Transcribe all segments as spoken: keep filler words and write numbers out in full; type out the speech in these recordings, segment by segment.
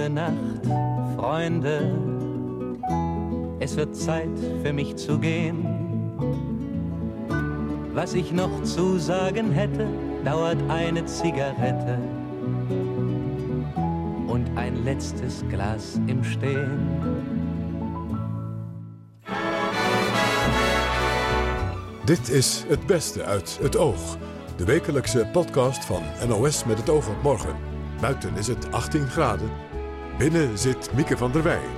Nacht, Freunde. Es wird Zeit für mich zu gehen. Was ich noch zu sagen hätte, dauert eine Zigarette und ein letztes Glas im Stehen. Dit is Het Beste uit het Oog. De wekelijkse podcast van N O S met het oog op morgen. Buiten is het achttien graden. Binnen zit Mieke van der Wij.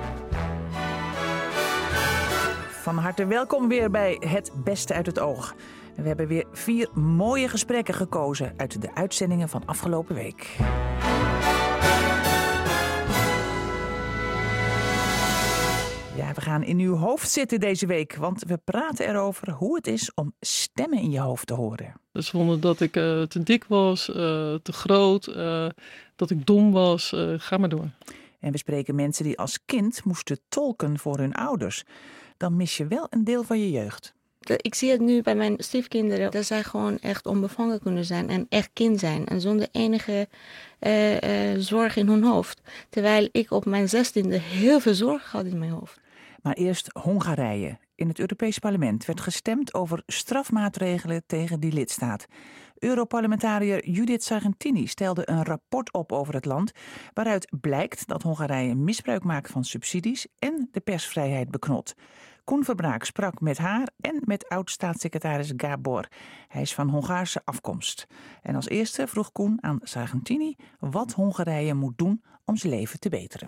Van harte welkom weer bij Het Beste uit het Oog. En we hebben weer vier mooie gesprekken gekozen uit de uitzendingen van afgelopen week. Ja, we gaan in uw hoofd zitten deze week, want we praten erover hoe het is om stemmen in je hoofd te horen. Ze vonden dat ik uh, te dik was, uh, te groot, uh, dat ik dom was. Uh, ga maar door. En we spreken mensen die als kind moesten tolken voor hun ouders. Dan mis je wel een deel van je jeugd. Ik zie het nu bij mijn stiefkinderen, dat zij gewoon echt onbevangen kunnen zijn en echt kind zijn. En zonder enige uh, uh, zorg in hun hoofd. Terwijl ik op mijn zestiende heel veel zorg had in mijn hoofd. Maar eerst Hongarije. In het Europees Parlement werd gestemd over strafmaatregelen tegen die lidstaat. Europarlementariër Judith Sargentini stelde een rapport op over het land, waaruit blijkt dat Hongarije misbruik maakt van subsidies en de persvrijheid beknot. Koen Verbraak sprak met haar en met oud-staatssecretaris Gábor. Hij is van Hongaarse afkomst. En als eerste vroeg Koen aan Sargentini wat Hongarije moet doen om zijn leven te beteren.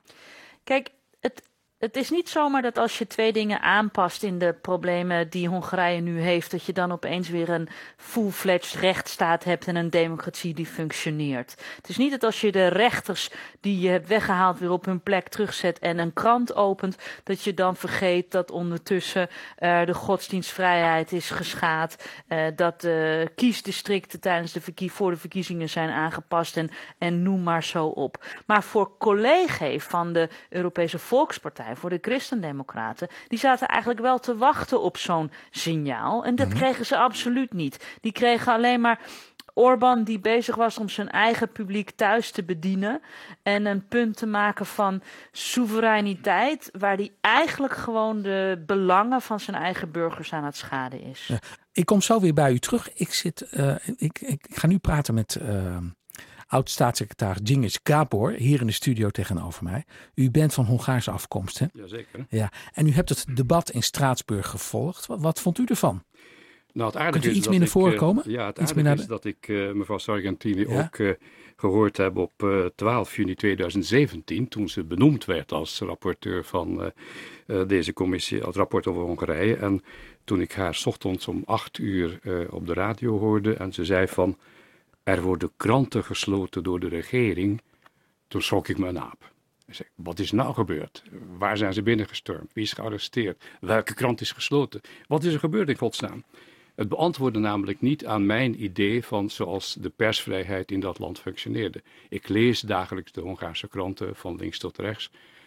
Kijk, het... Het is niet zomaar dat als je twee dingen aanpast in de problemen die Hongarije nu heeft, dat je dan opeens weer een full-fledged rechtsstaat hebt en een democratie die functioneert. Het is niet dat als je de rechters die je hebt weggehaald weer op hun plek terugzet en een krant opent, dat je dan vergeet dat ondertussen uh, de godsdienstvrijheid is geschaad, uh, dat de kiesdistricten tijdens de verkie- voor de verkiezingen zijn aangepast en, en noem maar zo op. Maar voor collega's van de Europese Volkspartij, voor de Christendemocraten, die zaten eigenlijk wel te wachten op zo'n signaal. En dat mm-hmm. kregen ze absoluut niet. Die kregen alleen maar Orbán die bezig was om zijn eigen publiek thuis te bedienen en een punt te maken van soevereiniteit, waar hij eigenlijk gewoon de belangen van zijn eigen burgers aan het schaden is. Ja, ik kom zo weer bij u terug. Ik, zit, uh, ik, ik ga nu praten met Uh... oud-staatssecretaris Cengiz Gábor, hier in de studio tegenover mij. U bent van Hongaarse afkomst, hè? Jazeker. Ja. En u hebt het debat in Straatsburg gevolgd. Wat, wat vond u ervan? Nou, het aardige Kunt u is iets dat meer naar voren ik, komen? Ja, het iets aardige is de... dat ik uh, mevrouw Sargentini ja? ook uh, gehoord heb op uh, twaalf juni tweeduizend zeventien, toen ze benoemd werd als rapporteur van uh, uh, deze commissie, het rapport over Hongarije. En toen ik haar 's ochtends om acht uur uh, op de radio hoorde en ze zei van, er worden kranten gesloten door de regering, toen schrok ik me een aap. Ik zei, wat is nou gebeurd? Waar zijn ze binnengestormd? Wie is gearresteerd? Welke krant is gesloten? Wat is er gebeurd in godsnaam? Het beantwoordde namelijk niet aan mijn idee van zoals de persvrijheid in dat land functioneerde. Ik lees dagelijks de Hongaarse kranten van links tot rechts.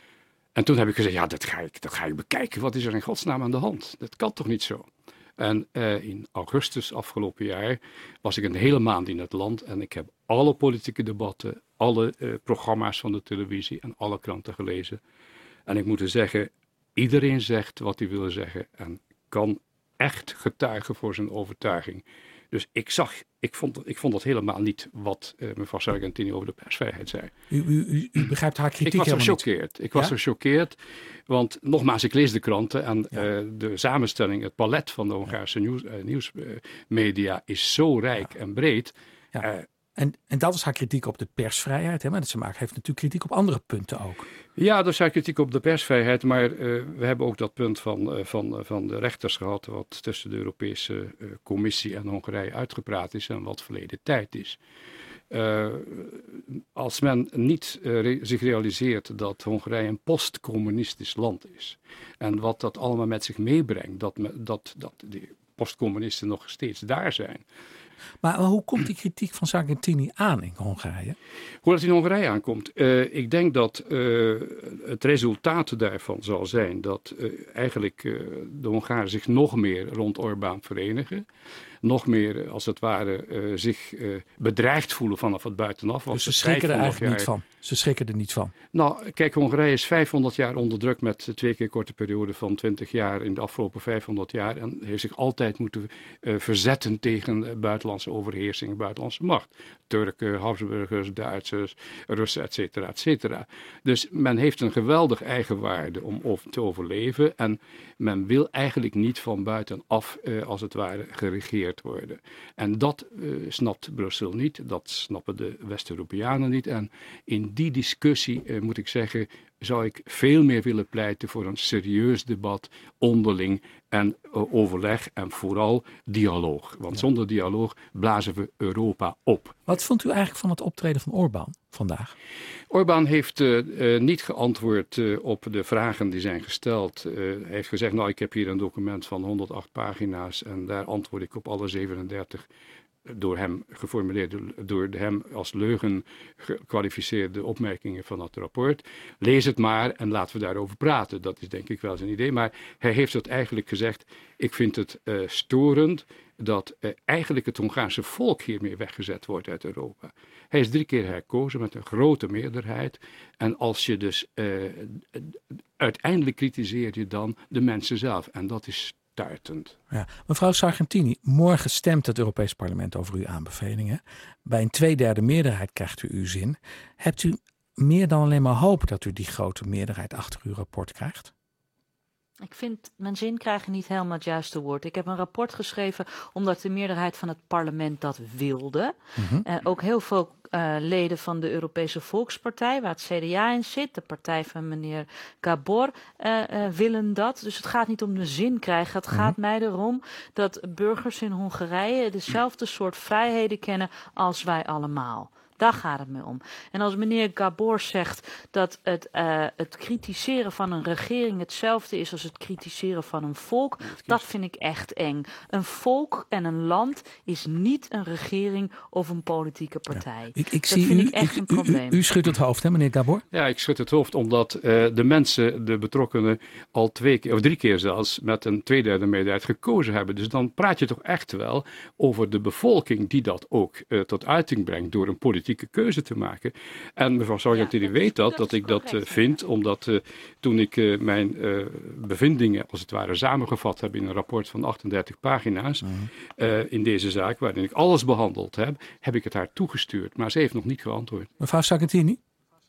En toen heb ik gezegd, ja, dat ga ik, dat ga ik bekijken. Wat is er in godsnaam aan de hand? Dat kan toch niet zo? En uh, in augustus afgelopen jaar was ik een hele maand in het land en ik heb alle politieke debatten, alle uh, programma's van de televisie en alle kranten gelezen. En ik moet er zeggen, iedereen zegt wat hij wil zeggen en kan echt getuigen voor zijn overtuiging. Dus ik zag, ik vond, ik vond dat helemaal niet wat uh, mevrouw Sargentini over de persvrijheid zei. U, u, u begrijpt haar kritiek helemaal niet? Ik was gechoqueerd. Ik was ja? gechoqueerd, want nogmaals, ik lees de kranten en ja. uh, de samenstelling, het palet van de Hongaarse ja. nieuws, uh, nieuwsmedia is zo rijk ja. en breed. Ja. Uh, En, en dat is haar kritiek op de persvrijheid. Hè? Maar ze maakt, heeft natuurlijk kritiek op andere punten ook. Ja, dat is haar kritiek op de persvrijheid. Maar uh, we hebben ook dat punt van, uh, van, uh, van de rechters gehad, wat tussen de Europese uh, Commissie en Hongarije uitgepraat is en wat verleden tijd is. Uh, als men niet uh, re- zich realiseert dat Hongarije een postcommunistisch land is en wat dat allemaal met zich meebrengt, dat, me, dat, dat die postcommunisten nog steeds daar zijn. Maar hoe komt die kritiek van Sargentini aan in Hongarije? Hoe dat in Hongarije aankomt? Uh, ik denk dat uh, het resultaat daarvan zal zijn dat uh, eigenlijk uh, de Hongaren zich nog meer rond Orbán verenigen. nog meer, als het ware, uh, zich uh, bedreigd voelen vanaf het buitenaf. Dus ze schrikken er eigenlijk jaar... niet van? Ze schrikken er niet van? Nou, kijk, Hongarije is vijfhonderd jaar onderdrukt met twee keer korte periode van twintig jaar in de afgelopen vijfhonderd jaar. En heeft zich altijd moeten uh, verzetten tegen buitenlandse overheersing, buitenlandse macht. Turken, Habsburgers, Duitsers, Russen, et cetera, et cetera. Dus men heeft een geweldig eigenwaarde om over te overleven. En men wil eigenlijk niet van buitenaf, uh, als het ware, geregeerd worden. En dat uh, snapt Brussel niet, dat snappen de West-Europeanen niet. En in die discussie, uh, moet ik zeggen, zou ik veel meer willen pleiten voor een serieus debat, onderling en uh, overleg en vooral dialoog. Want ja. zonder dialoog blazen we Europa op. Wat vond u eigenlijk van het optreden van Orbán vandaag? Orbán heeft uh, uh, niet geantwoord uh, op de vragen die zijn gesteld. Uh, hij heeft gezegd, nou ik heb hier een document van honderdacht pagina's en daar antwoord ik op alle zevenendertig door hem geformuleerd, door hem als leugen gekwalificeerde opmerkingen van het rapport. Lees het maar en laten we daarover praten. Dat is denk ik wel zijn idee. Maar hij heeft het eigenlijk gezegd, ik vind het uh, storend dat uh, eigenlijk het Hongaarse volk hiermee weggezet wordt uit Europa. Hij is drie keer herkozen met een grote meerderheid. En als je dus uh, uiteindelijk kritiseer je dan de mensen zelf. En dat is stuitend. Ja. Mevrouw Sargentini, morgen stemt het Europees Parlement over uw aanbevelingen. Bij een tweederde meerderheid krijgt u uw zin. Hebt u meer dan alleen maar hoop dat u die grote meerderheid achter uw rapport krijgt? Ik vind mijn zin krijgen niet helemaal het juiste woord. Ik heb een rapport geschreven omdat de meerderheid van het parlement dat wilde. Mm-hmm. Uh, ook heel veel uh, leden van de Europese Volkspartij, waar het C D A in zit, de partij van meneer Gabor, uh, uh, willen dat. Dus het gaat niet om de zin krijgen. Het mm-hmm. gaat mij erom dat burgers in Hongarije dezelfde soort vrijheden kennen als wij allemaal. Daar gaat het me om. En als meneer Gabor zegt dat het, uh, het kritiseren van een regering hetzelfde is als het kritiseren van een volk, dat vind ik echt eng. Een volk en een land is niet een regering of een politieke partij. Ja. Ik, ik dat zie vind u, ik echt ik, een probleem. U, u schudt het hoofd, hè, meneer Gabor? Ja, ik schud het hoofd omdat uh, de mensen, de betrokkenen, al twee keer, of drie keer zelfs, met een tweederde meerderheid gekozen hebben. Dus dan praat je toch echt wel over de bevolking die dat ook uh, tot uiting brengt door een politieke keuze te maken. En mevrouw Sargentini ja, weet dat, dat, dat ik correct, dat uh, vind, omdat uh, toen ik uh, mijn uh, bevindingen als het ware samengevat heb in een rapport van achtendertig pagina's mm-hmm. uh, in deze zaak, waarin ik alles behandeld heb, heb ik het haar toegestuurd. Maar ze heeft nog niet geantwoord. Mevrouw Sargentini?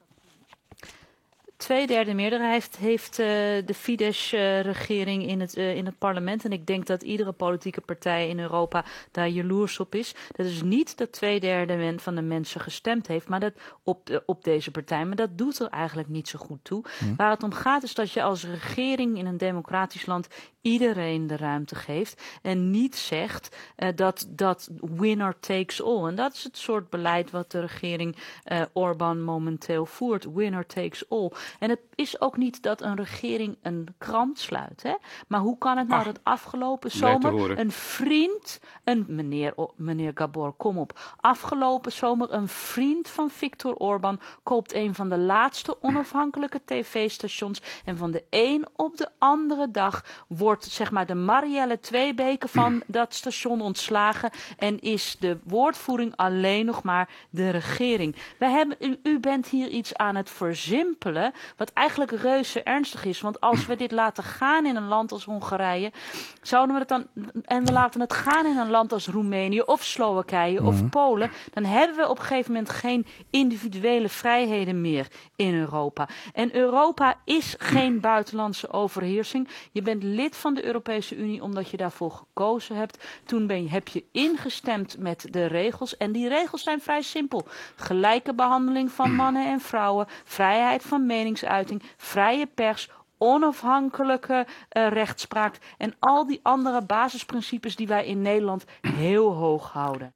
Tweederde meerderheid heeft uh, de Fidesz-regering uh, in, uh, in het parlement. En ik denk dat iedere politieke partij in Europa daar jaloers op is. Dat is niet dat tweederde men van de mensen gestemd heeft maar dat op, uh, op deze partij. Maar dat doet er eigenlijk niet zo goed toe. Hm. Waar het om gaat is dat je als regering in een democratisch land iedereen de ruimte geeft. En niet zegt uh, dat dat winner takes all. En dat is het soort beleid wat de regering uh, Orbán momenteel voert. Winner takes all. En het is ook niet dat een regering een krant sluit. Hè? Maar hoe kan het nou Ach, dat afgelopen zomer een vriend, een meneer, meneer Gabor, kom op. Afgelopen zomer een vriend van Viktor Orbán koopt een van de laatste onafhankelijke tv-stations. En van de een op de andere dag wordt zeg maar de Marielle Tweebeke van dat station ontslagen. En is de woordvoering alleen nog maar de regering. Wij hebben, u, u bent hier iets aan het versimpelen. Wat eigenlijk reuze ernstig is. Want als we dit laten gaan in een land als Hongarije, zouden we het dan, en we laten het gaan in een land als Roemenië of Slowakije mm-hmm. of Polen, dan hebben we op een gegeven moment geen individuele vrijheden meer in Europa. En Europa is geen buitenlandse overheersing. Je bent lid van de Europese Unie omdat je daarvoor gekozen hebt. Toen ben je, heb je ingestemd met de regels. En die regels zijn vrij simpel. Gelijke behandeling van mannen en vrouwen, vrijheid van meningsuiting, vrije pers, onafhankelijke uh, rechtspraak en al die andere basisprincipes die wij in Nederland heel hoog houden.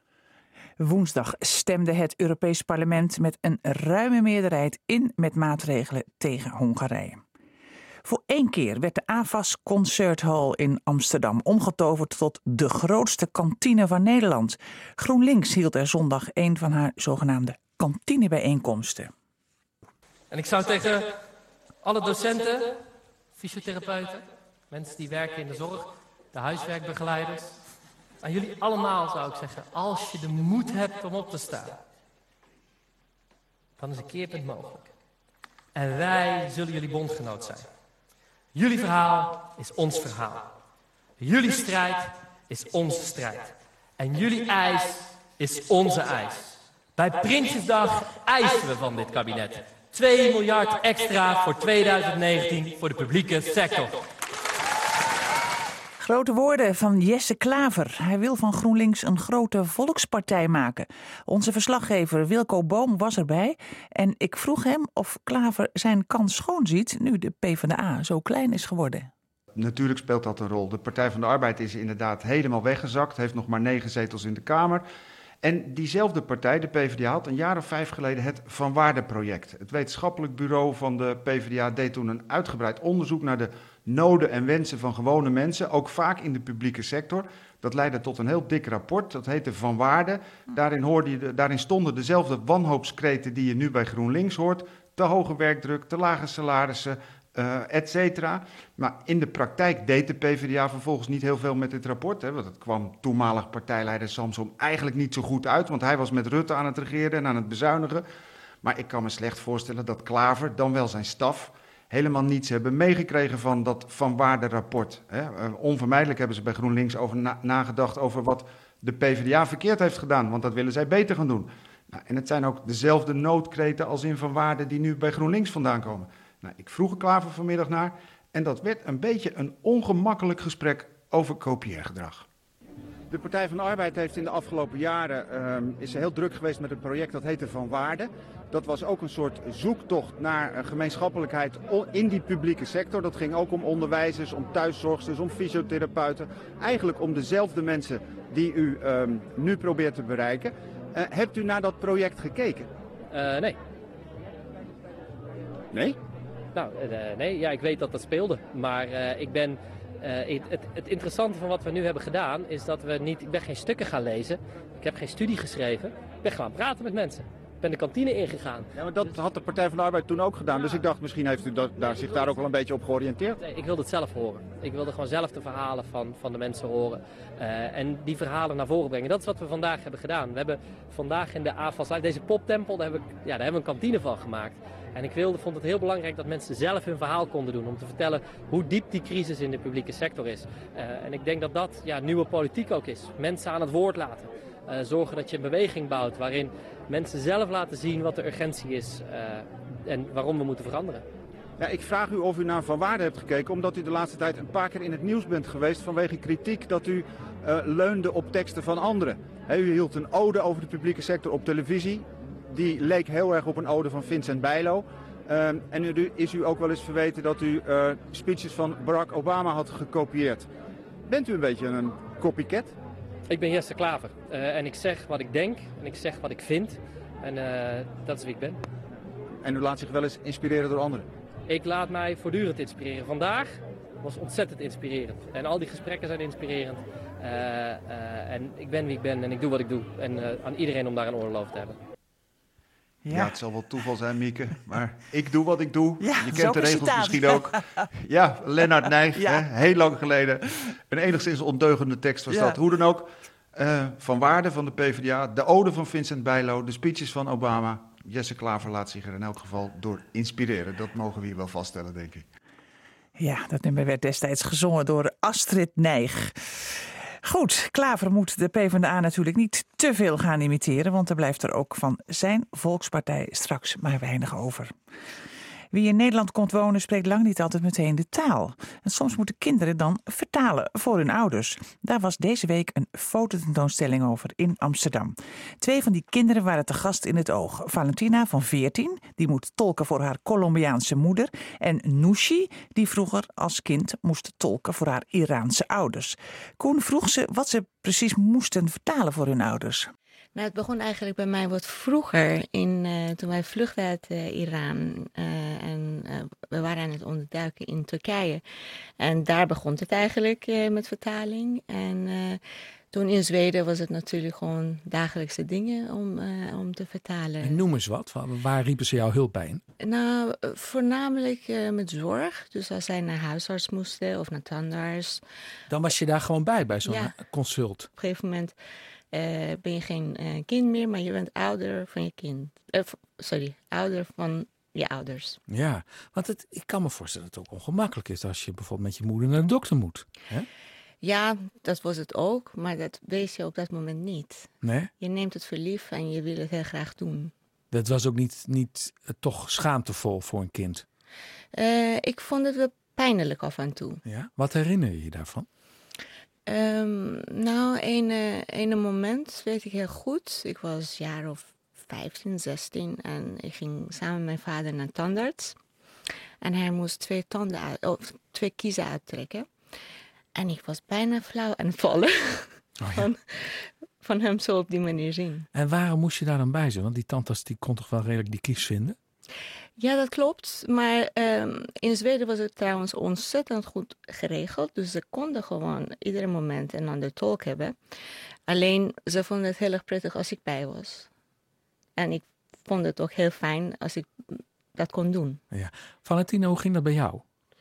Woensdag stemde het Europees Parlement met een ruime meerderheid in met maatregelen tegen Hongarije. Voor één keer werd de AFAS Concerthal in Amsterdam omgetoverd tot de grootste kantine van Nederland. GroenLinks hield er zondag een van haar zogenaamde kantinebijeenkomsten. En ik zou tegen alle docenten, fysiotherapeuten, mensen die werken in de zorg, de huiswerkbegeleiders, Aan jullie allemaal zou ik zeggen, als je de moed hebt om op te staan, dan is een keerpunt mogelijk. En wij zullen jullie bondgenoot zijn. Jullie verhaal is ons verhaal. Jullie strijd is onze strijd. En jullie eis is onze eis. Bij Prinsjesdag eisen we van dit kabinet twee miljard extra voor tweeduizend negentien voor de publieke sector. Grote woorden van Jesse Klaver. Hij wil van GroenLinks een grote volkspartij maken. Onze verslaggever Wilco Boom was erbij. En ik vroeg hem of Klaver zijn kans schoon ziet nu de PvdA zo klein is geworden. Natuurlijk speelt dat een rol. De Partij van de Arbeid is inderdaad helemaal weggezakt. Heeft nog maar negen zetels in de Kamer. En diezelfde partij, de PvdA, had een jaar of vijf geleden het Van Waarde-project. Het wetenschappelijk bureau van de PvdA deed toen een uitgebreid onderzoek naar de noden en wensen van gewone mensen, ook vaak in de publieke sector. Dat leidde tot een heel dik rapport, dat heette Van Waarde. Daarin, hoorde je de, daarin stonden dezelfde wanhoopskreten die je nu bij GroenLinks hoort. Te hoge werkdruk, te lage salarissen, uh, et cetera. Maar in de praktijk deed de PvdA vervolgens niet heel veel met dit rapport. Hè, want het kwam toenmalig partijleider Samsom eigenlijk niet zo goed uit, want hij was met Rutte aan het regeren en aan het bezuinigen. Maar ik kan me slecht voorstellen dat Klaver, dan wel zijn staf, helemaal niets hebben meegekregen van dat Van Waarde rapport. Hè. Uh, onvermijdelijk hebben ze bij GroenLinks over na- nagedacht over wat de PvdA verkeerd heeft gedaan, want dat willen zij beter gaan doen. Nou, en het zijn ook dezelfde noodkreten als in Van Waarde die nu bij GroenLinks vandaan komen. Nou, ik vroeg er Klaver vanmiddag naar en dat werd een beetje een ongemakkelijk gesprek over kopieergedrag. De Partij van de Arbeid heeft in de afgelopen jaren uh, is heel druk geweest met een project dat heette Van Waarde. Dat was ook een soort zoektocht naar uh, gemeenschappelijkheid in die publieke sector. Dat ging ook om onderwijzers, om thuiszorgsters, om fysiotherapeuten. Eigenlijk om dezelfde mensen die u uh, nu probeert te bereiken. Uh, hebt u naar dat project gekeken? Uh, nee. Nee? Nou, uh, nee, ja, ik weet dat dat speelde. Maar uh, ik ben... Uh, het, het interessante van wat we nu hebben gedaan is dat we niet... Ik ben geen stukken gaan lezen. Ik heb geen studie geschreven. Ik ben gaan praten met mensen. Ik ben de kantine ingegaan. Ja, maar dat had de Partij van de Arbeid toen ook gedaan. Ja. Dus ik dacht, misschien heeft u dat, daar, zich daar ook wel een beetje op georiënteerd. Nee, ik wilde het zelf horen. Ik wilde gewoon zelf de verhalen van, van de mensen horen. Uh, en die verhalen naar voren brengen. Dat is wat we vandaag hebben gedaan. We hebben vandaag in de A F A S, deze poptempel, daar hebben, we, ja, daar hebben we een kantine van gemaakt. En ik wilde, vond het heel belangrijk dat mensen zelf hun verhaal konden doen. Om te vertellen hoe diep die crisis in de publieke sector is. Uh, en ik denk dat dat ja, nieuwe politiek ook is. Mensen aan het woord laten. Uh, zorgen dat je een beweging bouwt waarin mensen zelf laten zien wat de urgentie is. Uh, en waarom we moeten veranderen. Ja, ik vraag u of u naar Van Waarde hebt gekeken. Omdat u de laatste tijd een paar keer in het nieuws bent geweest vanwege kritiek dat u uh, leunde op teksten van anderen. He, u hield een ode over de publieke sector op televisie. Die leek heel erg op een ode van Vincent Bijlo. Uh, en u is u ook wel eens verweten dat u uh, speeches van Barack Obama had gekopieerd. Bent u een beetje een copycat? Ik ben Jesse Klaver uh, en ik zeg wat ik denk en ik zeg wat ik vind. En uh, dat is wie ik ben. En u laat zich wel eens inspireren door anderen? Ik laat mij voortdurend inspireren. Vandaag was ontzettend inspirerend. En al die gesprekken zijn inspirerend. Uh, uh, en ik ben wie ik ben en ik doe wat ik doe. En uh, aan iedereen om daar een oorloof te hebben. Ja. ja, het zal wel toeval zijn, Mieke, maar ik doe wat ik doe. Ja, je kent de regels citaat. misschien ook. Ja, Lennart Nijg, ja. Hè, heel lang geleden. Een enigszins ondeugende tekst was ja. dat. Hoe dan ook, uh, Van Waarde van de PvdA, de ode van Vincent Bijlo, de speeches van Obama. Jesse Klaver laat zich er in elk geval door inspireren. Dat mogen we hier wel vaststellen, denk ik. Ja, dat nummer werd destijds gezongen door Astrid Nijg. Goed, Klaver moet de PvdA natuurlijk niet te veel gaan imiteren, want er blijft er ook van zijn volkspartij straks maar weinig over. Wie in Nederland komt wonen spreekt lang niet altijd meteen de taal. En soms moeten kinderen dan vertalen voor hun ouders. Daar was deze week een fototentoonstelling over in Amsterdam. Twee van die kinderen waren te gast in het oog. Valentina van veertien, die moet tolken voor haar Colombiaanse moeder. En Nushi, die vroeger als kind moest tolken voor haar Iraanse ouders. Koen vroeg ze wat ze precies moesten vertalen voor hun ouders. Nou, het begon eigenlijk bij mij wat vroeger, in, uh, toen wij vluchtten uit uh, Iran. Uh, en uh, we waren aan het onderduiken in Turkije. En daar begon het eigenlijk uh, met vertaling. En uh, Toen in Zweden was het natuurlijk gewoon dagelijkse dingen om, uh, om te vertalen. En noem eens wat, waar, waar riepen ze jouw hulp bij in? Nou, voornamelijk uh, met zorg. Dus als zij naar huisarts moesten of naar tandarts. Dan was je daar gewoon bij, bij zo'n ja. consult? Op een gegeven moment uh, ben je geen uh, kind meer, maar je bent ouder van je kind. Uh, sorry, ouder van je ouders. Ja, want het, ik kan me voorstellen dat het ook ongemakkelijk is als je bijvoorbeeld met je moeder naar de dokter moet. Hè? Ja, dat was het ook, maar dat wees je op dat moment niet. Nee? Je neemt het voor lief en je wil het heel graag doen. Dat was ook niet, niet uh, toch schaamtevol voor een kind? Uh, ik vond het wel pijnlijk af en toe. Ja? Wat herinner je je daarvan? Um, nou, een, uh, een moment weet ik heel goed. Ik was jaar of vijftien, zestien en ik ging samen met mijn vader naar tandarts. En hij moest twee, tanden uit, oh, twee kiezen uittrekken. En ik was bijna flauw aan het vallen. Oh, ja. van, van hem zo op die manier zien. En waarom moest je daar dan bij zijn? Want die tandarts die kon toch wel redelijk die kies vinden? Ja, dat klopt. Maar um, in Zweden was het trouwens ontzettend goed geregeld. Dus ze konden gewoon ieder moment een ander tolk hebben. Alleen, ze vonden het heel erg prettig als ik bij was. En ik vond het ook heel fijn als ik dat kon doen. Ja. Valentina, hoe ging dat bij jou?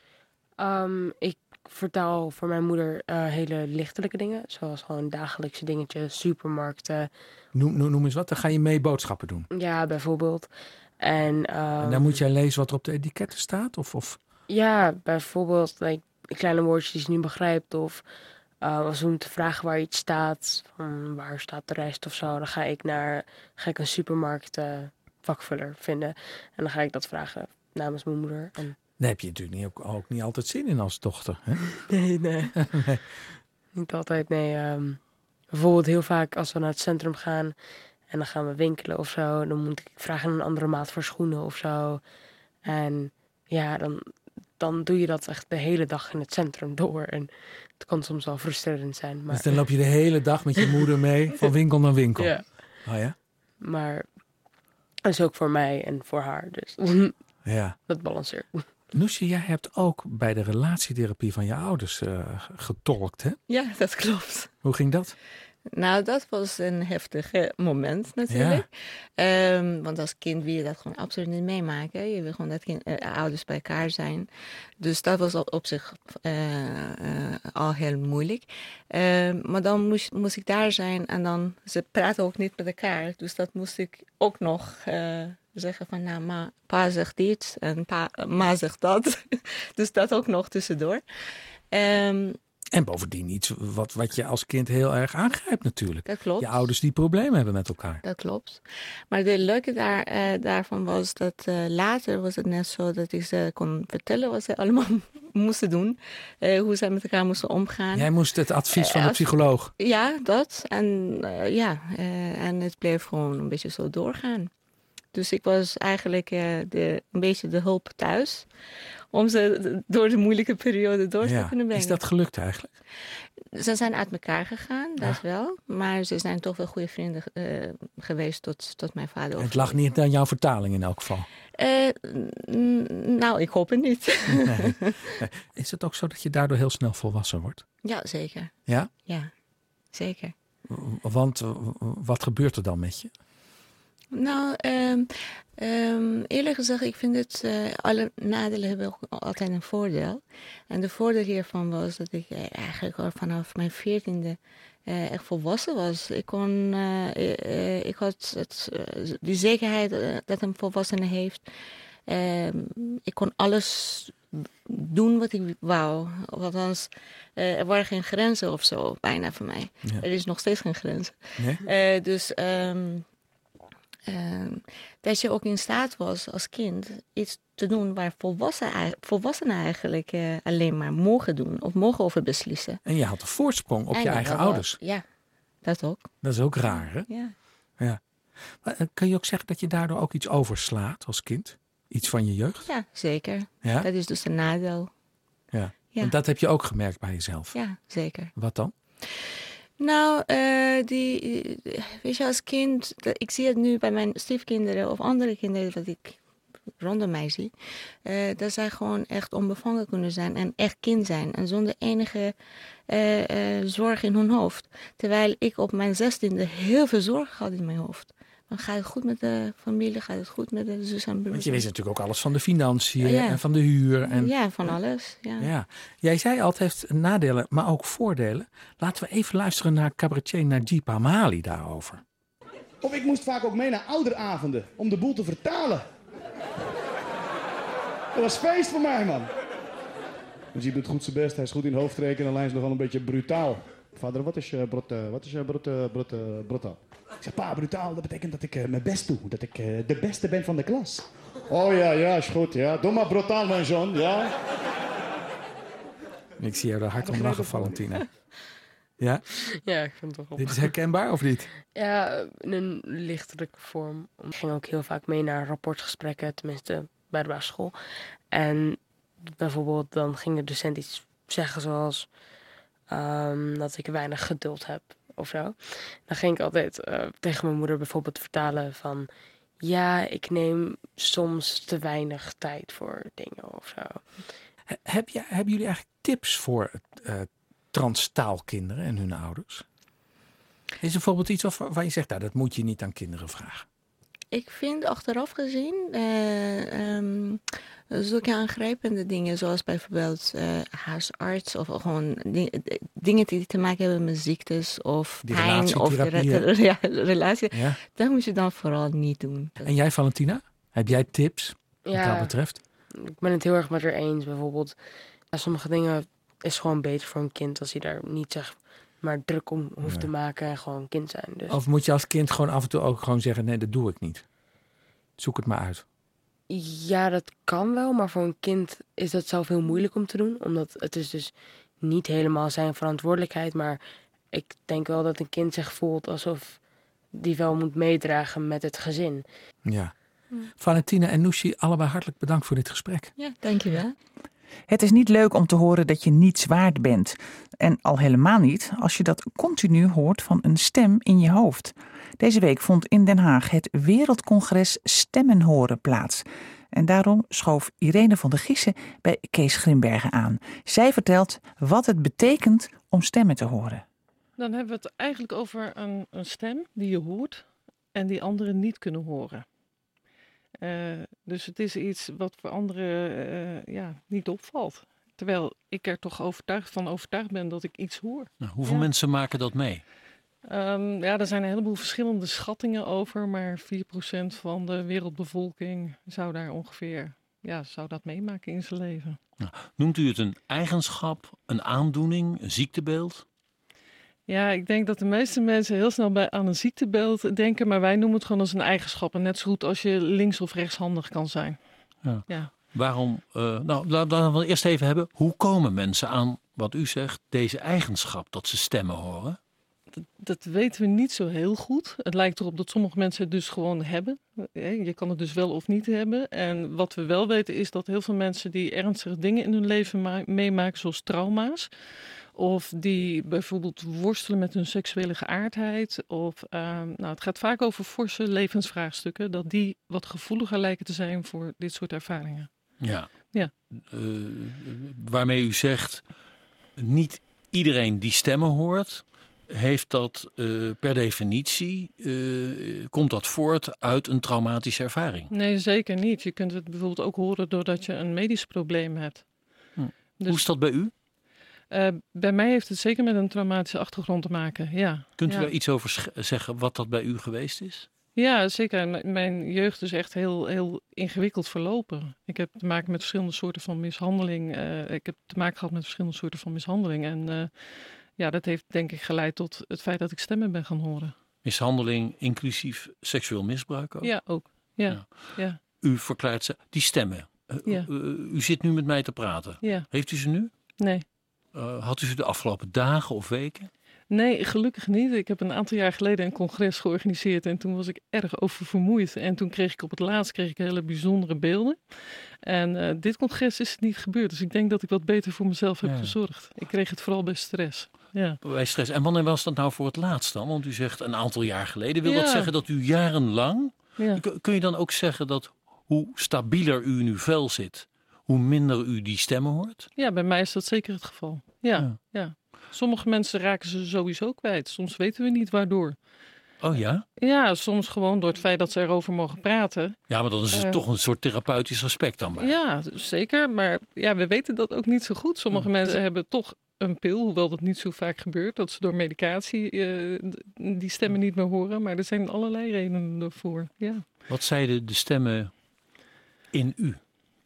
Um, ik vertaal voor mijn moeder uh, hele lichtelijke dingen. Zoals gewoon dagelijkse dingetjes, supermarkten. Noem, noem, noem eens wat, dan ga je mee boodschappen doen. Ja, bijvoorbeeld. En, um, en dan moet jij lezen wat er op de etiketten staat? Of, of? Ja, bijvoorbeeld like, kleine woordjes die ze niet begrijpt. Of uh, als we moeten vragen waar iets staat. Van waar staat de rest of zo. Dan ga ik naar ga ik een supermarkt uh, vakvuller vinden. En dan ga ik dat vragen namens mijn moeder. En daar heb je natuurlijk niet, ook, ook niet altijd zin in als dochter. Hè? Nee, nee. nee. Niet altijd, nee. Um, bijvoorbeeld heel vaak als we naar het centrum gaan en dan gaan we winkelen of zo. Dan moet ik vragen een andere maat voor schoenen of zo. En ja, dan, dan doe je dat echt de hele dag in het centrum door. En het kan soms wel frustrerend zijn. Maar... Dus dan loop je de hele dag met je moeder mee van winkel naar winkel? Ja. Oh ja? Maar dat is ook voor mij en voor haar. Dus ja. Dat balanceert. Noesje, jij hebt ook bij de relatietherapie van je ouders uh, getolkt, hè? Ja, dat klopt. Hoe ging dat? Nou, dat was een heftig moment natuurlijk. Ja. Um, want als kind wil je dat gewoon absoluut niet meemaken. Je wil gewoon dat kind, uh, ouders bij elkaar zijn. Dus dat was op, op zich uh, uh, al heel moeilijk. Uh, maar dan moest, moest ik daar zijn en dan, ze praten ook niet met elkaar. Dus dat moest ik ook nog uh, zeggen van, nou, ma, pa zegt dit en pa, ma zegt dat. Dus dat ook nog tussendoor. Um, En bovendien iets wat, wat je als kind heel erg aangrijpt natuurlijk. Dat klopt. Je ouders die problemen hebben met elkaar. Dat klopt. Maar de leuke daar, uh, daarvan was dat uh, later was het net zo dat ik ze kon vertellen wat ze allemaal moesten doen. Uh, hoe ze met elkaar moesten omgaan. Jij moest het advies van uh, de psycholoog. Ja, dat. En uh, ja, uh, en het bleef gewoon een beetje zo doorgaan. Dus ik was eigenlijk uh, de, een beetje de hulp thuis. Om ze door de moeilijke periode door ja. te kunnen brengen. Is dat gelukt eigenlijk? Ze zijn uit elkaar gegaan, dat ja. wel. Maar ze zijn toch wel goede vrienden uh, geweest tot, tot mijn vader. Het lag niet aan jouw vertaling in elk geval? Uh, n- nou, ik hoop het niet. Nee. Is het ook zo dat je daardoor heel snel volwassen wordt? Ja, zeker. Ja? Ja, zeker. Want wat gebeurt er dan met je? Nou, um, um, eerlijk gezegd, ik vind het, uh, alle nadelen hebben ook altijd een voordeel. En de voordeel hiervan was dat ik eigenlijk al vanaf mijn veertiende uh, echt volwassen was. Ik kon, uh, uh, ik had het, uh, die zekerheid uh, dat een volwassene heeft. Uh, ik kon alles doen wat ik wou. Althans, uh, er waren geen grenzen of zo, bijna voor mij. Ja. Er is nog steeds geen grenzen. Nee? Uh, dus... Um, Uh, dat je ook in staat was als kind iets te doen waar volwassenen, volwassenen eigenlijk uh, alleen maar mogen doen of mogen over beslissen. En je had een voorsprong op en je eigen ouders. Wel, ja, dat ook. Dat is ook raar, hè? Ja. ja. Maar, kun je ook zeggen dat je daardoor ook iets overslaat als kind? Iets van je jeugd? Ja, zeker. Ja? Dat is dus een nadeel. Ja. ja. En dat heb je ook gemerkt bij jezelf? Ja, zeker. Wat dan? Nou, uh, die, weet je, als kind, ik zie het nu bij mijn stiefkinderen of andere kinderen wat ik rondom mij zie, uh, dat zij gewoon echt onbevangen kunnen zijn en echt kind zijn. En zonder enige uh, uh, zorg in hun hoofd. Terwijl ik op mijn zestiende heel veel zorg had in mijn hoofd. Dan gaat het goed met de familie, gaat het goed met de zus en broers. Want je weet natuurlijk ook alles van de financiën ja. en van de huur. En... Ja, van alles. Ja. Ja. Jij zei altijd heeft nadelen, maar ook voordelen. Laten we even luisteren naar cabaretier Najib Amhali daarover. Of ik moest vaak ook mee naar ouderavonden om de boel te vertalen. Dat was feest voor mij, man. Najib doet goed zijn best, hij is goed in hoofdrekenen, alleen is nog wel een beetje brutaal. Vader, wat is je brut, wat is je brut, brut, brutaal? Ik zeg, pa, brutaal, dat betekent dat ik uh, mijn best doe. Dat ik uh, de beste ben van de klas. Oh ja, ja, is goed, ja. Doe maar brutaal, mijn zoon, ja. Ik zie jou daar hard om lachen, Valentina. Ja? Ja, ik vind het wel. Dit is herkenbaar of niet? Ja, in een lichtelijke vorm. Ik ging ook heel vaak mee naar rapportgesprekken, tenminste bij de basisschool. En bijvoorbeeld dan ging de docent iets zeggen zoals um, dat ik weinig geduld heb of zo. Dan ging ik altijd uh, tegen mijn moeder bijvoorbeeld vertalen van ja, ik neem soms te weinig tijd voor dingen of zo. Heb je, hebben jullie eigenlijk tips voor uh, transtaalkinderen en hun ouders? Is er bijvoorbeeld iets waarvan je zegt, nou, dat moet je niet aan kinderen vragen? Ik vind achteraf gezien uh, um, zulke aangrijpende dingen, zoals bijvoorbeeld uh, huisarts of gewoon di- dingen die te maken hebben met ziektes of die pijn of de re- ja, relatie, ja. Dat moet je dan vooral niet doen. En jij, Valentina? Heb jij tips wat ja, dat betreft? Ik ben het heel erg met haar eens. Bijvoorbeeld, ja, sommige dingen is gewoon beter voor een kind als hij daar niet zeg maar druk om hoeft ja. te maken en gewoon kind zijn. Dus. Of moet je als kind gewoon af en toe ook gewoon zeggen, nee, dat doe ik niet. Zoek het maar uit. Ja, dat kan wel, maar voor een kind is dat zelf heel moeilijk om te doen. Omdat het is dus niet helemaal zijn verantwoordelijkheid. Maar ik denk wel dat een kind zich voelt alsof die wel moet meedragen met het gezin. Ja. Hm. Valentina en Nouschi, allebei hartelijk bedankt voor dit gesprek. Ja, dankjewel. Het is niet leuk om te horen dat je niets waard bent. En al helemaal niet als je dat continu hoort van een stem in je hoofd. Deze week vond in Den Haag het Wereldcongres Stemmen Horen plaats. En daarom schoof Irene van der Giesen bij Kees Grimbergen aan. Zij vertelt wat het betekent om stemmen te horen. Dan hebben we het eigenlijk over een, een stem die je hoort en die anderen niet kunnen horen. Uh, dus het is iets wat voor anderen uh, ja, niet opvalt. Terwijl ik er toch overtuigd van overtuigd ben dat ik iets hoor. Nou, hoeveel ja. mensen maken dat mee? Um, ja, er zijn een heleboel verschillende schattingen over. Maar vier procent van de wereldbevolking zou daar ongeveer ja, zou dat meemaken in zijn leven. Nou, noemt u het een eigenschap, een aandoening, een ziektebeeld? Ja, ik denk dat de meeste mensen heel snel bij, aan een ziektebeeld denken. Maar wij noemen het gewoon als een eigenschap. En net zo goed als je links- of rechtshandig kan zijn. Ja. Ja. Waarom? Uh, nou, laten we eerst even hebben. Hoe komen mensen aan, wat u zegt, deze eigenschap dat ze stemmen horen? Dat, dat weten we niet zo heel goed. Het lijkt erop dat sommige mensen het dus gewoon hebben. Je kan het dus wel of niet hebben. En wat we wel weten is dat heel veel mensen die ernstige dingen in hun leven ma- meemaken, zoals trauma's. Of die bijvoorbeeld worstelen met hun seksuele geaardheid. Of uh, nou, het gaat vaak over forse levensvraagstukken. Dat die wat gevoeliger lijken te zijn voor dit soort ervaringen. Ja. ja. Uh, waarmee u zegt, niet iedereen die stemmen hoort, heeft dat uh, per definitie, uh, komt dat voort uit een traumatische ervaring? Nee, zeker niet. Je kunt het bijvoorbeeld ook horen doordat je een medisch probleem hebt. Hm. Dus, hoe is dat bij u? Uh, bij mij heeft het zeker met een traumatische achtergrond te maken, ja. Kunt u ja. daar iets over sch- zeggen wat dat bij u geweest is? Ja, zeker. M- mijn jeugd is echt heel, heel ingewikkeld verlopen. Ik heb te maken met verschillende soorten van mishandeling. Uh, ik heb te maken gehad met verschillende soorten van mishandeling. En uh, ja, dat heeft denk ik geleid tot het feit dat ik stemmen ben gaan horen. Mishandeling inclusief seksueel misbruik ook? Ja, ook. Ja, ja. ja. U verklaart ze, die stemmen. Uh, ja. uh, u zit nu met mij te praten. Ja. Heeft u ze nu? Nee. Uh, had u ze de afgelopen dagen of weken? Nee, gelukkig niet. Ik heb een aantal jaar geleden een congres georganiseerd en toen was ik erg oververmoeid. En toen kreeg ik op het laatst kreeg ik hele bijzondere beelden. En uh, dit congres is het niet gebeurd. Dus ik denk dat ik wat beter voor mezelf heb ja. gezorgd. Ik kreeg het vooral bij stress. Ja. Bij stress. En wanneer was dat nou voor het laatst dan? Want u zegt een aantal jaar geleden. Wil ja. dat zeggen dat u jarenlang... Ja. Kun je dan ook zeggen dat hoe stabieler u in uw vel zit, hoe minder u die stemmen hoort? Ja, bij mij is dat zeker het geval. Ja, Ja. ja. Sommige mensen raken ze sowieso kwijt. Soms weten we niet waardoor. Oh ja? Ja, soms gewoon door het feit dat ze erover mogen praten. Ja, maar dan is het Eh, toch een soort therapeutisch aspect dan bij. Ja, zeker. Maar ja, we weten dat ook niet zo goed. Sommige mensen hebben toch een pil, hoewel dat niet zo vaak gebeurt. Dat ze door medicatie eh, die stemmen niet meer horen. Maar er zijn allerlei redenen daarvoor. Ja. Wat zeiden de stemmen in u?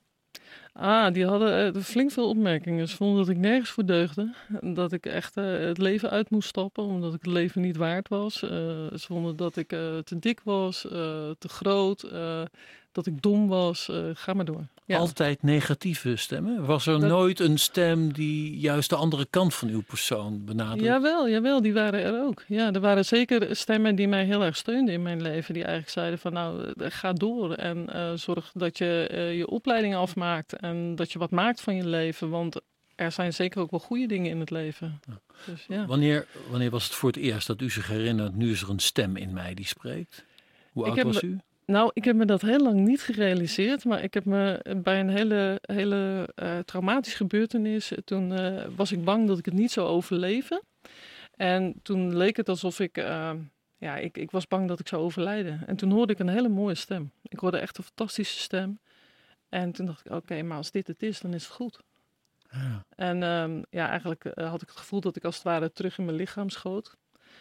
Ah, die hadden uh, flink veel opmerkingen. Ze vonden dat ik nergens voor deugde. Dat ik echt uh, het leven uit moest stappen, omdat ik het leven niet waard was. Uh, ze vonden dat ik uh, te dik was, uh, te groot, uh, dat ik dom was. Uh, ga maar door. Ja. Altijd negatieve stemmen? Was er Dat- nooit een stem die juist de andere kant van uw persoon benadrukt? Jawel, jawel, die waren er ook. Ja, er waren zeker stemmen die mij heel erg steunden in mijn leven. Die eigenlijk zeiden van nou, uh, ga door en uh, zorg dat je uh, je opleiding afmaakt. En dat je wat maakt van je leven. Want er zijn zeker ook wel goede dingen in het leven. Dus, ja. Wanneer, wanneer was het voor het eerst dat u zich herinnert, nu is er een stem in mij die spreekt? Hoe Ik oud heb was me- u? Nou, ik heb me dat heel lang niet gerealiseerd. Maar ik heb me bij een hele, hele uh, traumatische gebeurtenis. Toen uh, was ik bang dat ik het niet zou overleven. En toen leek het alsof ik. Uh, ja, ik, ik was bang dat ik zou overlijden. En toen hoorde ik een hele mooie stem. Ik hoorde echt een fantastische stem. En toen dacht ik, oké, okay, maar als dit het is, dan is het goed. Ja. En um, ja, eigenlijk uh, had ik het gevoel dat ik als het ware terug in mijn lichaam schoot.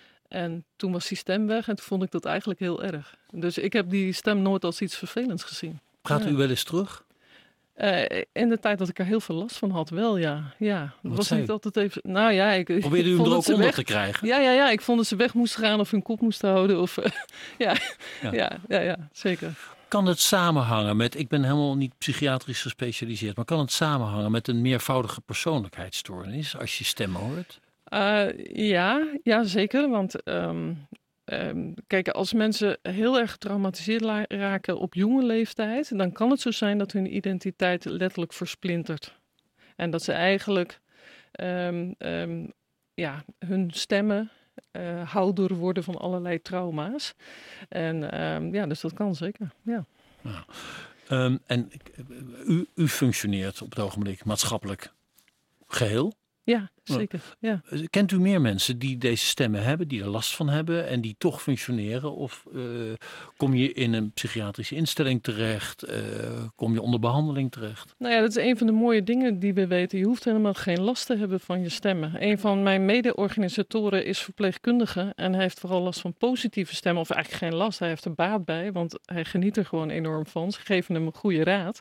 En toen was die stem weg en toen vond ik dat eigenlijk heel erg. Dus ik heb die stem nooit als iets vervelends gezien. Gaat Ja. u wel eens terug? Uh, in de tijd dat ik er heel veel last van had, wel ja. ja. Wat was zei niet u? altijd even. Nou ja, ik. Probeerde u ik hem vond er dat ook ze onder weg- te krijgen? Ja, ja, ja. Ik vond dat ze weg moesten gaan of hun kop moesten houden. Of, uh, ja. Ja. Ja. Ja, ja, ja, zeker. Kan het samenhangen met, ik ben helemaal niet psychiatrisch gespecialiseerd, maar kan het samenhangen met een meervoudige persoonlijkheidsstoornis als je stemmen hoort? Uh, ja, ja, zeker. Want um, um, kijk, als mensen heel erg getraumatiseerd la- raken op jonge leeftijd, dan kan het zo zijn dat hun identiteit letterlijk versplintert. En dat ze eigenlijk um, um, ja, hun stemmen uh, houder worden van allerlei trauma's. En um, ja, dus dat kan zeker. Ja. Nou, um, en u, u functioneert op het ogenblik maatschappelijk geheel. Ja, zeker. Ja. Kent u meer mensen die deze stemmen hebben, die er last van hebben en die toch functioneren? Of uh, kom je in een psychiatrische instelling terecht? Uh, kom je onder behandeling terecht? Nou ja, dat is een van de mooie dingen die we weten. Je hoeft helemaal geen last te hebben van je stemmen. Een van mijn mede-organisatoren is verpleegkundige en hij heeft vooral last van positieve stemmen. Of eigenlijk geen last, hij heeft er baat bij, want hij geniet er gewoon enorm van. Ze geven hem een goede raad.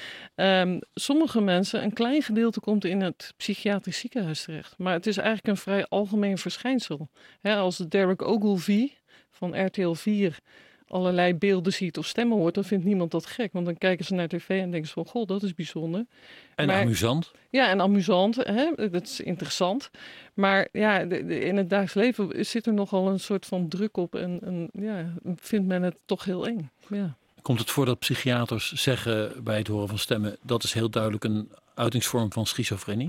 Um, sommige mensen, een klein gedeelte komt in het psychiatrisch ziekenhuis terecht. Maar het is eigenlijk een vrij algemeen verschijnsel. He, als Derek Ogilvie van R T L vier allerlei beelden ziet of stemmen hoort, dan vindt niemand dat gek. Want dan kijken ze naar tv en denken ze van, goh, dat is bijzonder. En maar, amusant. Ja, en amusant. Hè? Dat is interessant. Maar ja, de, de, in het dagelijks leven zit er nogal een soort van druk op. En, en ja, vindt men het toch heel eng. Ja. Komt het voor dat psychiaters zeggen bij het horen van stemmen, dat is heel duidelijk een uitingsvorm van schizofrenie?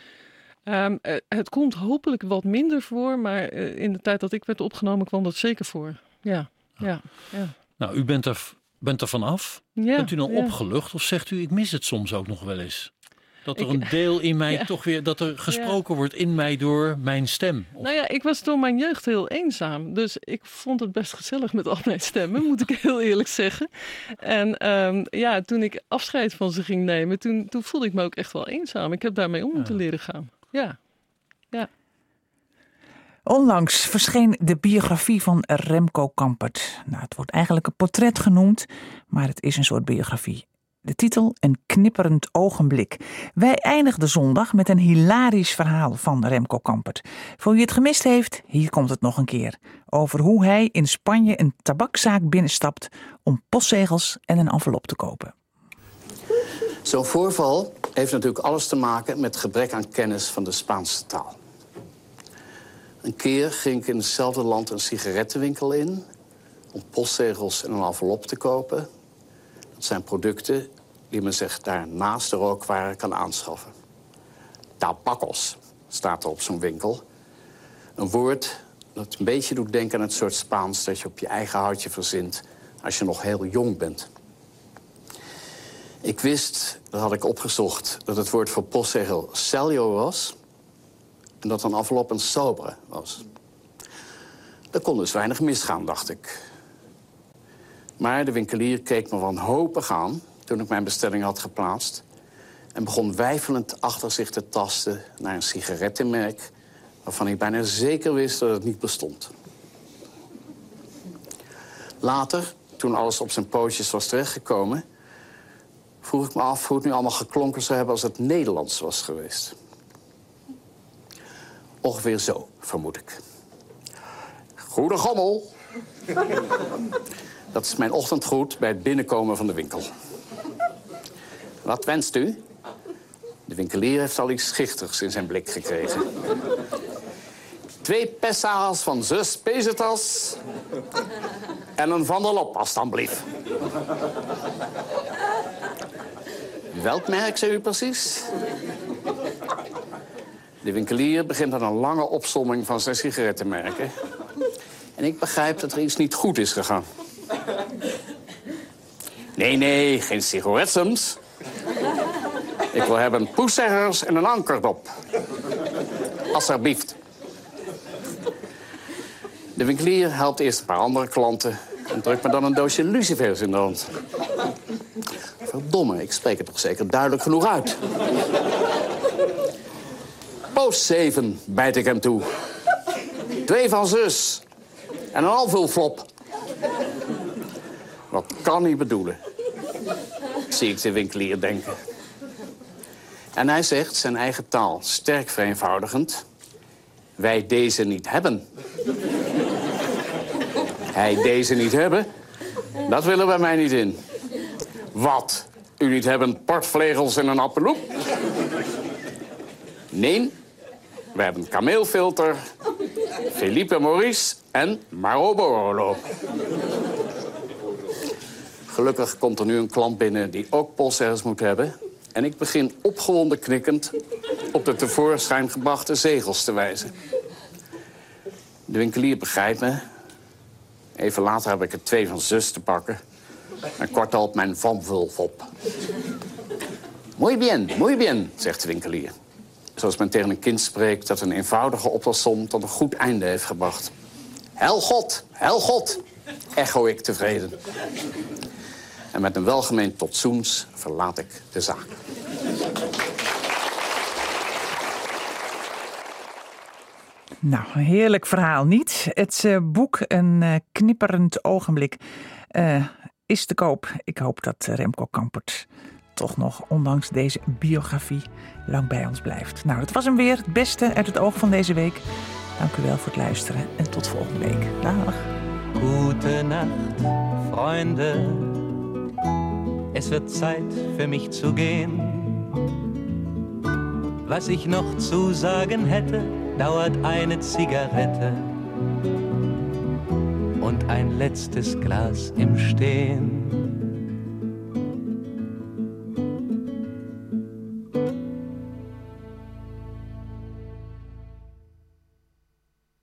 Um, uh, het komt hopelijk wat minder voor, maar uh, in de tijd dat ik werd opgenomen kwam dat zeker voor. Ja, ja, ja. Nou, u bent er, bent er vanaf. Ja, bent u dan ja. opgelucht of zegt u, ik mis het soms ook nog wel eens? Dat er Ik- een deel in mij Ja. toch weer, dat er gesproken wordt in mij door mijn stem. Of- Nou ja, ik was door mijn jeugd heel eenzaam. Dus ik vond het best gezellig met al mijn stemmen, moet ik heel eerlijk zeggen. En um, ja, toen ik afscheid van ze ging nemen, toen, toen voelde ik me ook echt wel eenzaam. Ik heb daarmee om moeten leren gaan. Ja, ja. Onlangs verscheen de biografie van Remco Kampert. Nou, het wordt eigenlijk een portret genoemd, maar het is een soort biografie. De titel Een knipperend ogenblik. Wij eindigden zondag met een hilarisch verhaal van Remco Kampert. Voor wie het gemist heeft, hier komt het nog een keer. Over hoe hij in Spanje een tabakzaak binnenstapt om postzegels en een envelop te kopen. Zo'n voorval heeft natuurlijk alles te maken met gebrek aan kennis van de Spaanse taal. Een keer ging ik in hetzelfde land een sigarettenwinkel in om postzegels en een envelop te kopen. Dat zijn producten die men zich daar naast de rookwaren kan aanschaffen. Tabacos staat er op zo'n winkel. Een woord dat een beetje doet denken aan het soort Spaans dat je op je eigen houtje verzint als je nog heel jong bent. Ik wist, dat had ik opgezocht, dat het woord voor postzegel celio was. En dat een envelop een sobre was. Er kon dus weinig misgaan, dacht ik. Maar de winkelier keek me wanhopig aan toen ik mijn bestelling had geplaatst. En begon weifelend achter zich te tasten naar een sigarettenmerk waarvan ik bijna zeker wist dat het niet bestond. Later, toen alles op zijn pootjes was terechtgekomen, vroeg ik me af hoe het nu allemaal geklonken zou hebben als het Nederlands was geweest. Ongeveer zo, vermoed ik. Goede gommel. Dat is mijn ochtendgroet bij het binnenkomen van de winkel. Wat wenst u? De winkelier heeft al iets schichtigs in zijn blik gekregen. Twee pessa's van zus Pesetas en een Van der Lop, alstublieft. Welk merk zei u precies? De winkelier begint aan een lange opsomming van zijn sigarettenmerken. En ik begrijp dat er iets niet goed is gegaan. Nee, nee, geen sigaretsems. Ik wil hebben poeszeggers en een ankerdop. Alsjeblieft. De winkelier helpt eerst een paar andere klanten en drukt me dan een doosje lucifers in de hand. Verdomme, ik spreek het toch zeker duidelijk genoeg uit. Post zeven, bijt ik hem toe. Twee van zus. En een alvulflop. Wat kan hij bedoelen? Zie ik de winkelier denken. En hij zegt, zijn eigen taal sterk vereenvoudigend, wij deze niet hebben. Hij deze niet hebben? Dat willen bij mij niet in. Wat? U niet hebben portvlegels en een appeloep? Nee, we hebben kameelfilter, Philippe Maurice en Marlboro. Gelukkig komt er nu een klant binnen die ook postzeggers moet hebben. En ik begin opgewonden knikkend op de tevoorschijn gebrachte zegels te wijzen. De winkelier begrijpt me. Even later heb ik er twee van zus te pakken. En kort op mijn Van Vulfop. Muy bien, muy bien, zegt de winkelier. Zoals men tegen een kind spreekt dat een eenvoudige optelsom tot een goed einde heeft gebracht. Hel God, hel God, echo ik tevreden. En met een welgemeend tot zoens verlaat ik de zaak. Nou, een heerlijk verhaal niet. Het uh, boek Een uh, knipperend ogenblik uh, is te koop. Ik hoop dat Remco Kampert toch nog, ondanks deze biografie, lang bij ons blijft. Nou, dat was hem weer. Het beste uit het oog van deze week. Dank u wel voor het luisteren en tot volgende week. Dag. Gute Nacht, Freunde. Es wird Zeit für mich zu gehen. Was ich noch zu sagen hätte, dauert eine Zigarette und ein letztes Glas im Stehen.